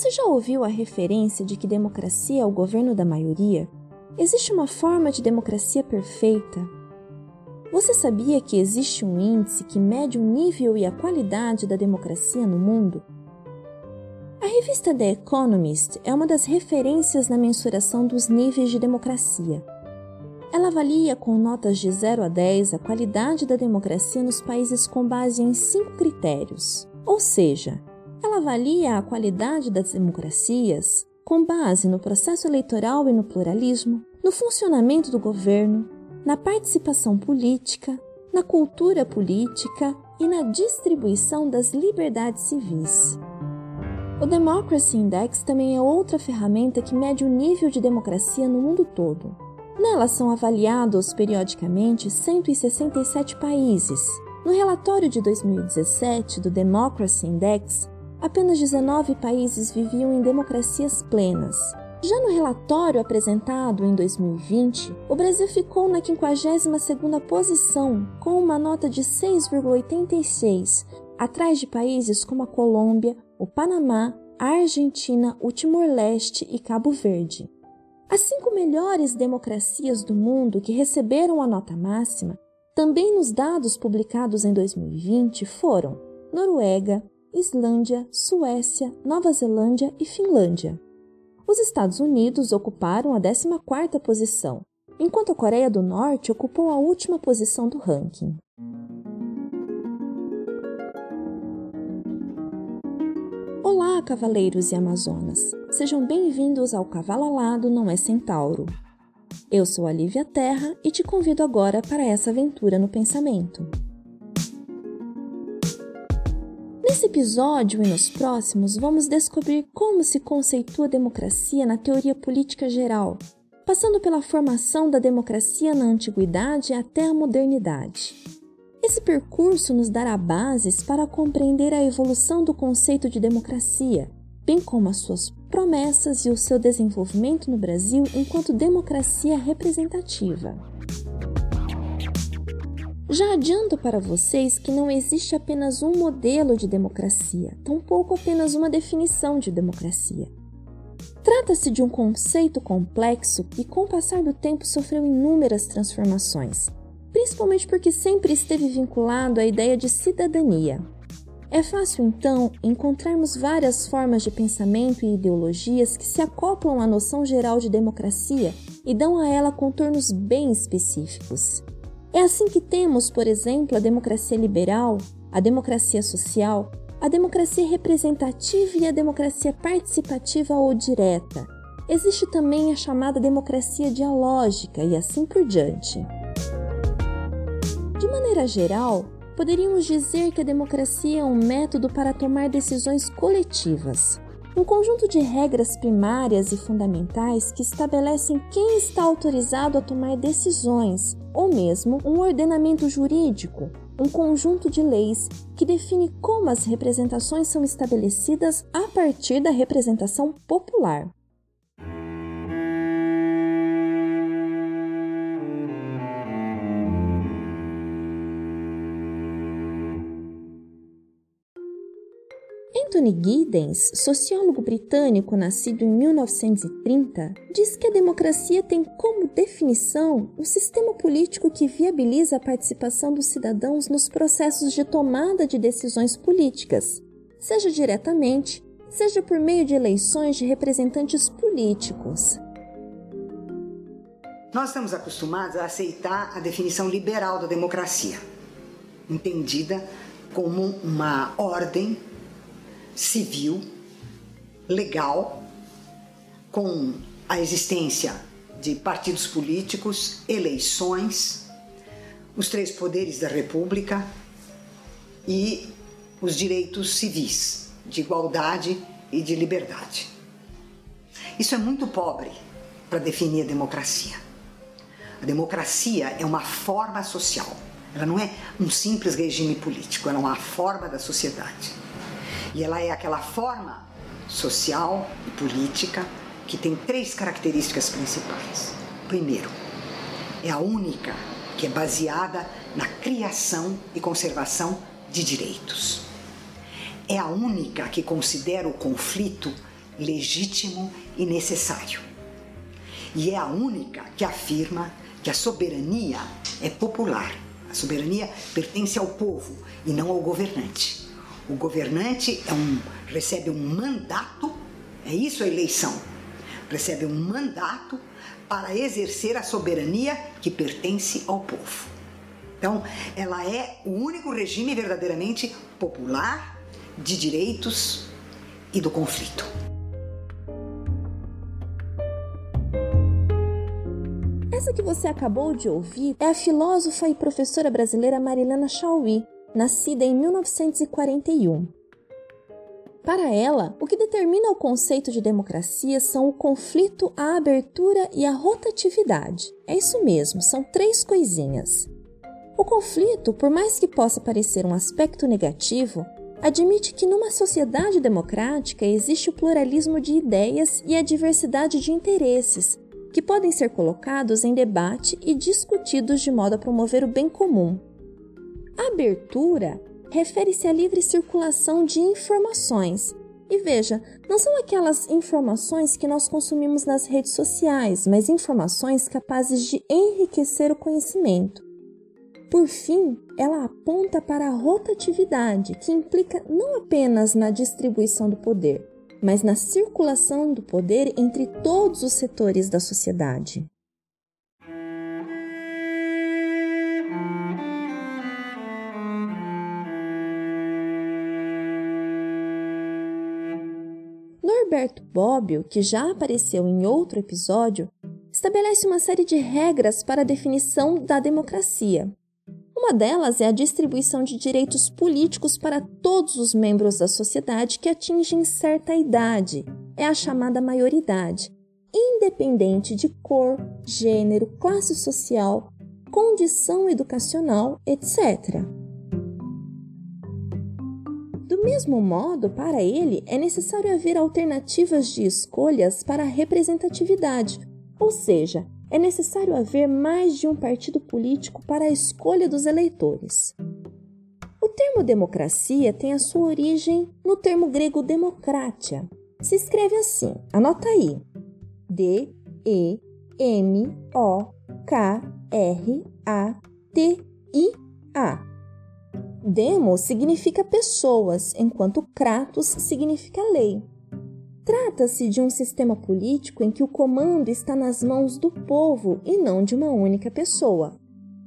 Você já ouviu a referência de que democracia é o governo da maioria? Existe uma forma de democracia perfeita? Você sabia que existe um índice que mede o nível e a qualidade da democracia no mundo? A revista The Economist é uma das referências na mensuração dos níveis de democracia. Ela avalia com notas de 0 a 10 a qualidade da democracia nos países com base em 5 critérios, ou seja, ela avalia a qualidade das democracias com base no processo eleitoral e no pluralismo, no funcionamento do governo, na participação política, na cultura política e na distribuição das liberdades civis. O Democracy Index também é outra ferramenta que mede o nível de democracia no mundo todo. Nela são avaliados periodicamente 167 países. No relatório de 2017 do Democracy Index, apenas 19 países viviam em democracias plenas. Já no relatório apresentado em 2020, o Brasil ficou na 52ª posição, com uma nota de 6,86, atrás de países como a Colômbia, o Panamá, a Argentina, o Timor-Leste e Cabo Verde. As 5 melhores democracias do mundo que receberam a nota máxima, também nos dados publicados em 2020, foram Noruega, Islândia, Suécia, Nova Zelândia e Finlândia. Os Estados Unidos ocuparam a 14ª posição, enquanto a Coreia do Norte ocupou a última posição do ranking. Olá, cavaleiros e amazonas! Sejam bem-vindos ao Cavalo Alado Não é Centauro. Eu sou a Lívia Terra e te convido agora para essa aventura no pensamento. Nesse episódio e nos próximos, vamos descobrir como se conceitua a democracia na teoria política geral, passando pela formação da democracia na antiguidade até a modernidade. Esse percurso nos dará bases para compreender a evolução do conceito de democracia, bem como as suas promessas e o seu desenvolvimento no Brasil enquanto democracia representativa. Já adianto para vocês que não existe apenas um modelo de democracia, tampouco apenas uma definição de democracia. Trata-se de um conceito complexo que, com o passar do tempo, sofreu inúmeras transformações, principalmente porque sempre esteve vinculado à ideia de cidadania. É fácil, então, encontrarmos várias formas de pensamento e ideologias que se acoplam à noção geral de democracia e dão a ela contornos bem específicos. É assim que temos, por exemplo, a democracia liberal, a democracia social, a democracia representativa e a democracia participativa ou direta. Existe também a chamada democracia dialógica e assim por diante. De maneira geral, poderíamos dizer que a democracia é um método para tomar decisões coletivas, um conjunto de regras primárias e fundamentais que estabelecem quem está autorizado a tomar decisões, ou mesmo um ordenamento jurídico, um conjunto de leis que define como as representações são estabelecidas a partir da representação popular. Anthony Giddens, sociólogo britânico nascido em 1930, diz que a democracia tem como definição um sistema político que viabiliza a participação dos cidadãos nos processos de tomada de decisões políticas, seja diretamente, seja por meio de eleições de representantes políticos. Nós estamos acostumados a aceitar a definição liberal da democracia, entendida como uma ordem civil, legal, com a existência de partidos políticos, eleições, os 3 poderes da República e os direitos civis, de igualdade e de liberdade. Isso é muito pobre para definir a democracia. A democracia é uma forma social, ela não é um simples regime político, ela é uma forma da sociedade. E ela é aquela forma social e política que tem 3 características principais. Primeiro, é a única que é baseada na criação e conservação de direitos. É a única que considera o conflito legítimo e necessário. E é a única que afirma que a soberania é popular. A soberania pertence ao povo e não ao governante. O governante recebe um mandato, é isso a eleição, recebe um mandato para exercer a soberania que pertence ao povo. Então, ela é o único regime verdadeiramente popular de direitos e do conflito. Essa que você acabou de ouvir é a filósofa e professora brasileira Marilena Chaui, nascida em 1941. Para ela, o que determina o conceito de democracia são o conflito, a abertura e a rotatividade. É isso mesmo, são 3 coisinhas. O conflito, por mais que possa parecer um aspecto negativo, admite que numa sociedade democrática existe o pluralismo de ideias e a diversidade de interesses, que podem ser colocados em debate e discutidos de modo a promover o bem comum. A abertura refere-se à livre circulação de informações. E veja, não são aquelas informações que nós consumimos nas redes sociais, mas informações capazes de enriquecer o conhecimento. Por fim, ela aponta para a rotatividade, que implica não apenas na distribuição do poder, mas na circulação do poder entre todos os setores da sociedade. Norberto Bobbio, que já apareceu em outro episódio, estabelece uma série de regras para a definição da democracia. Uma delas é a distribuição de direitos políticos para todos os membros da sociedade que atingem certa idade, é a chamada maioridade, independente de cor, gênero, classe social, condição educacional, etc. Do mesmo modo, para ele, é necessário haver alternativas de escolhas para a representatividade, ou seja, é necessário haver mais de um partido político para a escolha dos eleitores. O termo democracia tem a sua origem no termo grego demokratia. Se escreve assim, anota aí, D-E-M-O-K-R-A-T-I-A. Demos significa pessoas, enquanto kratos significa lei. Trata-se de um sistema político em que o comando está nas mãos do povo e não de uma única pessoa.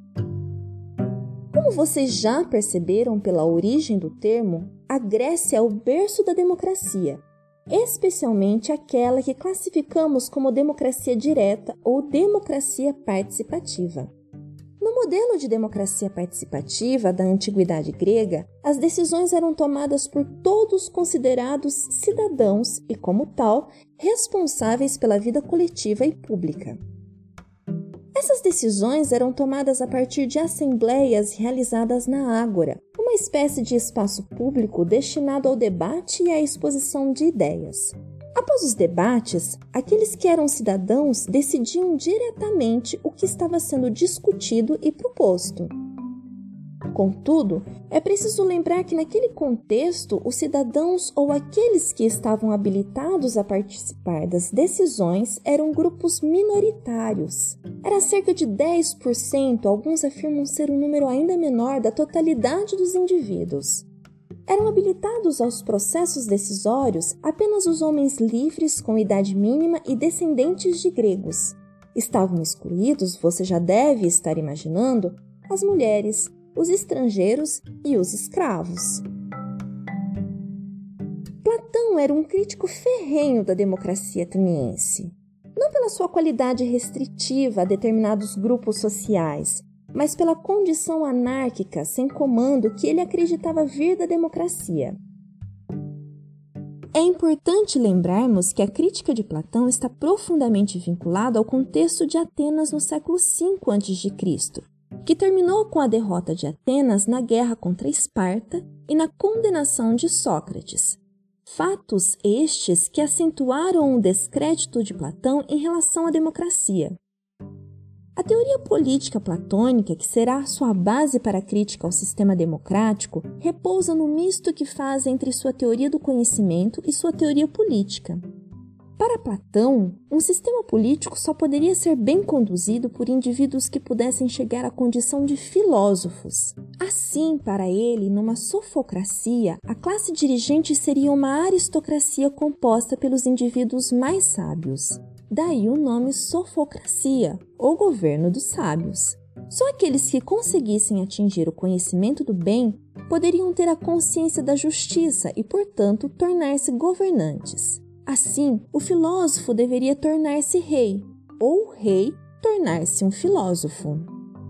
Como vocês já perceberam pela origem do termo, a Grécia é o berço da democracia, especialmente aquela que classificamos como democracia direta ou democracia participativa. No modelo de democracia participativa da antiguidade grega, as decisões eram tomadas por todos considerados cidadãos e, como tal, responsáveis pela vida coletiva e pública. Essas decisões eram tomadas a partir de assembleias realizadas na ágora, uma espécie de espaço público destinado ao debate e à exposição de ideias. Após os debates, aqueles que eram cidadãos decidiam diretamente o que estava sendo discutido e proposto. Contudo, é preciso lembrar que naquele contexto, os cidadãos ou aqueles que estavam habilitados a participar das decisões eram grupos minoritários. Era cerca de 10%, alguns afirmam ser um número ainda menor da totalidade dos indivíduos. Eram habilitados aos processos decisórios apenas os homens livres com idade mínima e descendentes de gregos. Estavam excluídos, você já deve estar imaginando, as mulheres, os estrangeiros e os escravos. Platão era um crítico ferrenho da democracia ateniense, não pela sua qualidade restritiva a determinados grupos sociais, mas pela condição anárquica, sem comando, que ele acreditava vir da democracia. É importante lembrarmos que a crítica de Platão está profundamente vinculada ao contexto de Atenas no século V a.C., que terminou com a derrota de Atenas na guerra contra Esparta e na condenação de Sócrates. Fatos estes que acentuaram o descrédito de Platão em relação à democracia. A teoria política platônica, que será sua base para a crítica ao sistema democrático, repousa no misto que faz entre sua teoria do conhecimento e sua teoria política. Para Platão, um sistema político só poderia ser bem conduzido por indivíduos que pudessem chegar à condição de filósofos. Assim, para ele, numa sofocracia, a classe dirigente seria uma aristocracia composta pelos indivíduos mais sábios. Daí o nome sofocracia, ou governo dos sábios. Só aqueles que conseguissem atingir o conhecimento do bem poderiam ter a consciência da justiça e, portanto, tornar-se governantes. Assim, o filósofo deveria tornar-se rei, ou o rei tornar-se um filósofo.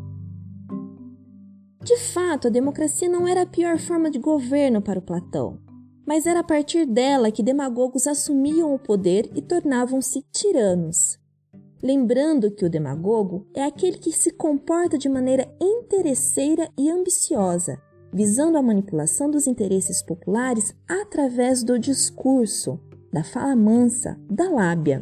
De fato, a democracia não era a pior forma de governo para o Platão, mas era a partir dela que demagogos assumiam o poder e tornavam-se tiranos. Lembrando que o demagogo é aquele que se comporta de maneira interesseira e ambiciosa, visando a manipulação dos interesses populares através do discurso, da fala mansa, da lábia.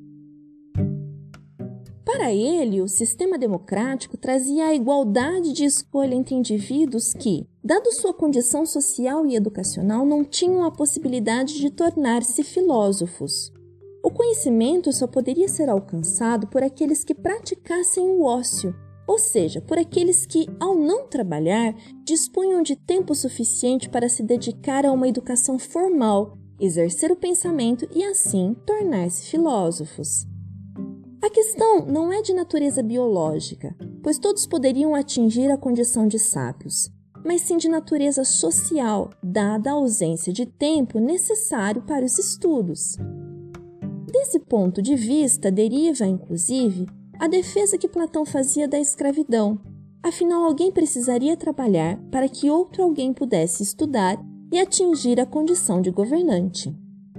Para ele, o sistema democrático trazia a igualdade de escolha entre indivíduos que, dado sua condição social e educacional, não tinham a possibilidade de tornar-se filósofos. O conhecimento só poderia ser alcançado por aqueles que praticassem o ócio, ou seja, por aqueles que, ao não trabalhar, dispunham de tempo suficiente para se dedicar a uma educação formal, exercer o pensamento e, assim, tornar-se filósofos. A questão não é de natureza biológica, pois todos poderiam atingir a condição de sábios, mas sim de natureza social, dada a ausência de tempo necessário para os estudos. Desse ponto de vista, deriva, inclusive, a defesa que Platão fazia da escravidão. Afinal, alguém precisaria trabalhar para que outro alguém pudesse estudar e atingir a condição de governante.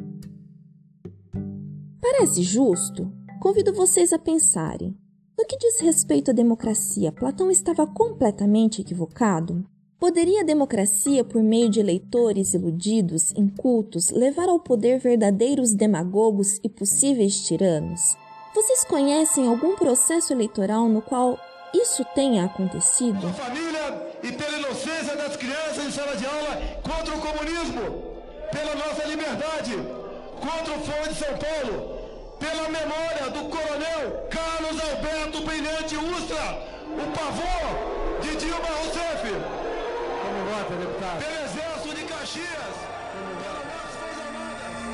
Parece justo? Convido vocês a pensarem. No que diz respeito à democracia, Platão estava completamente equivocado? Poderia a democracia, por meio de eleitores iludidos, incultos, levar ao poder verdadeiros demagogos e possíveis tiranos? Vocês conhecem algum processo eleitoral no qual isso tenha acontecido? Família e pela inocência das crianças em sala de aula contra o comunismo, pela nossa liberdade, contra o Fórum de São Paulo, pela memória do coronel Carlos Alberto Brilhante Ustra, o pavor de Dilma Rousseff. Como vota, deputado? Pelo Exército de Caxias, pela nossa Força Armada.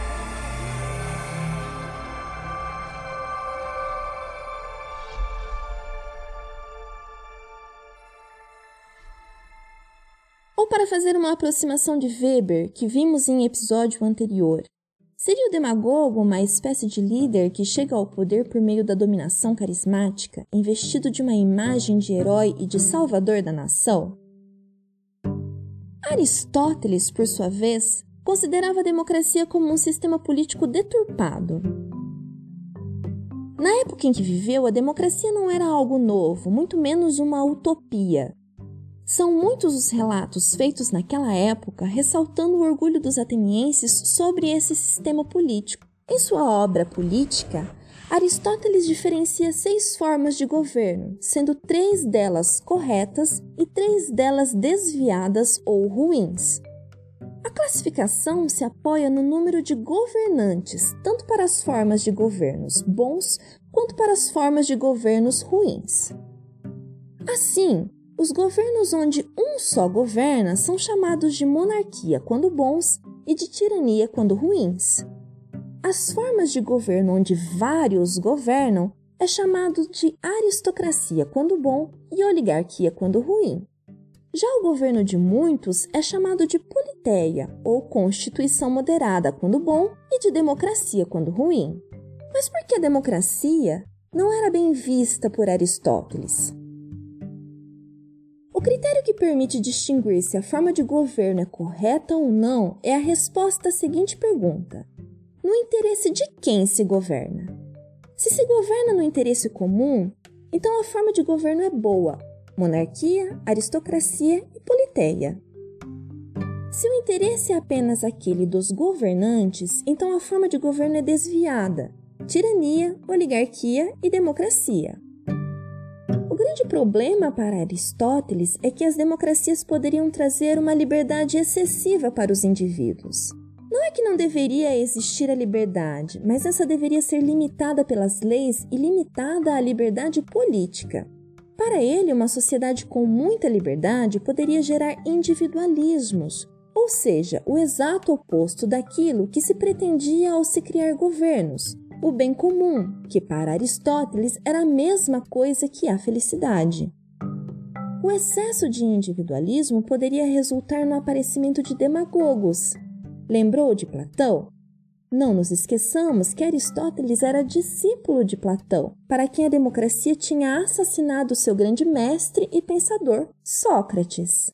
Ou para fazer uma aproximação de Weber, que vimos em episódio anterior. Seria o demagogo uma espécie de líder que chega ao poder por meio da dominação carismática, investido de uma imagem de herói e de salvador da nação? Aristóteles, por sua vez, considerava a democracia como um sistema político deturpado. Na época em que viveu, a democracia não era algo novo, muito menos uma utopia. São muitos os relatos feitos naquela época ressaltando o orgulho dos atenienses sobre esse sistema político. Em sua obra Política, Aristóteles diferencia 6 formas de governo, sendo 3 delas corretas e 3 delas desviadas ou ruins. A classificação se apoia no número de governantes, tanto para as formas de governos bons quanto para as formas de governos ruins. Assim, os governos onde um só governa são chamados de monarquia quando bons e de tirania quando ruins. As formas de governo onde vários governam é chamado de aristocracia quando bom e oligarquia quando ruim. Já o governo de muitos é chamado de politeia ou constituição moderada quando bom e de democracia quando ruim. Mas por que a democracia não era bem vista por Aristóteles? O critério que permite distinguir se a forma de governo é correta ou não é a resposta à seguinte pergunta: no interesse de quem se governa? Se se governa no interesse comum, então a forma de governo é boa: monarquia, aristocracia e politeia. Se o interesse é apenas aquele dos governantes, então a forma de governo é desviada: tirania, oligarquia e democracia. O grande problema para Aristóteles é que as democracias poderiam trazer uma liberdade excessiva para os indivíduos. Não é que não deveria existir a liberdade, mas essa deveria ser limitada pelas leis e limitada à liberdade política. Para ele, uma sociedade com muita liberdade poderia gerar individualismos, ou seja, o exato oposto daquilo que se pretendia ao se criar governos, o bem comum, que para Aristóteles era a mesma coisa que a felicidade. O excesso de individualismo poderia resultar no aparecimento de demagogos. Lembrou de Platão? Não nos esqueçamos que Aristóteles era discípulo de Platão, para quem a democracia tinha assassinado seu grande mestre e pensador, Sócrates.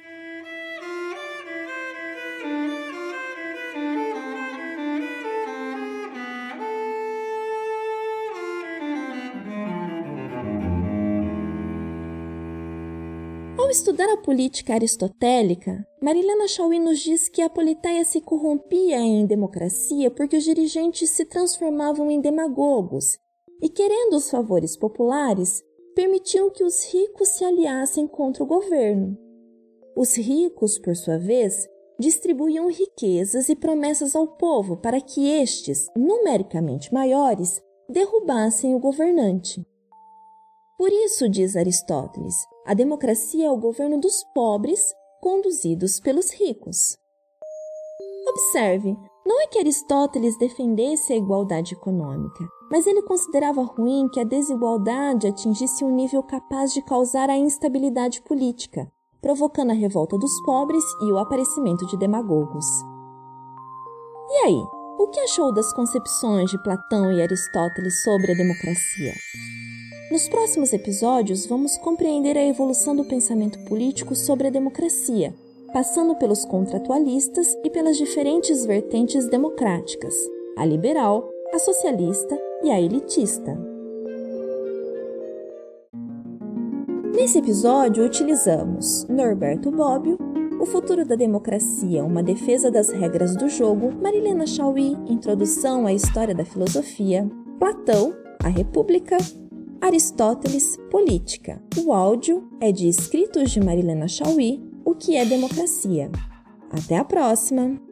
Ao estudar a política aristotélica, Marilena Chaui nos diz que a Politeia se corrompia em democracia porque os dirigentes se transformavam em demagogos e, querendo os favores populares, permitiam que os ricos se aliassem contra o governo. Os ricos, por sua vez, distribuíam riquezas e promessas ao povo para que estes, numericamente maiores, derrubassem o governante. Por isso, diz Aristóteles, a democracia é o governo dos pobres, conduzidos pelos ricos. Observe, não é que Aristóteles defendesse a igualdade econômica, mas ele considerava ruim que a desigualdade atingisse um nível capaz de causar a instabilidade política, provocando a revolta dos pobres e o aparecimento de demagogos. E aí, o que achou das concepções de Platão e Aristóteles sobre a democracia? Nos próximos episódios, vamos compreender a evolução do pensamento político sobre a democracia, passando pelos contratualistas e pelas diferentes vertentes democráticas, a liberal, a socialista e a elitista. Nesse episódio, utilizamos Norberto Bobbio, O Futuro da Democracia, uma defesa das regras do jogo, Marilena Chaui, Introdução à História da Filosofia, Platão, A República, Aristóteles, Política. O áudio é de Escritos de Marilena Chaui, O que é Democracia. Até a próxima!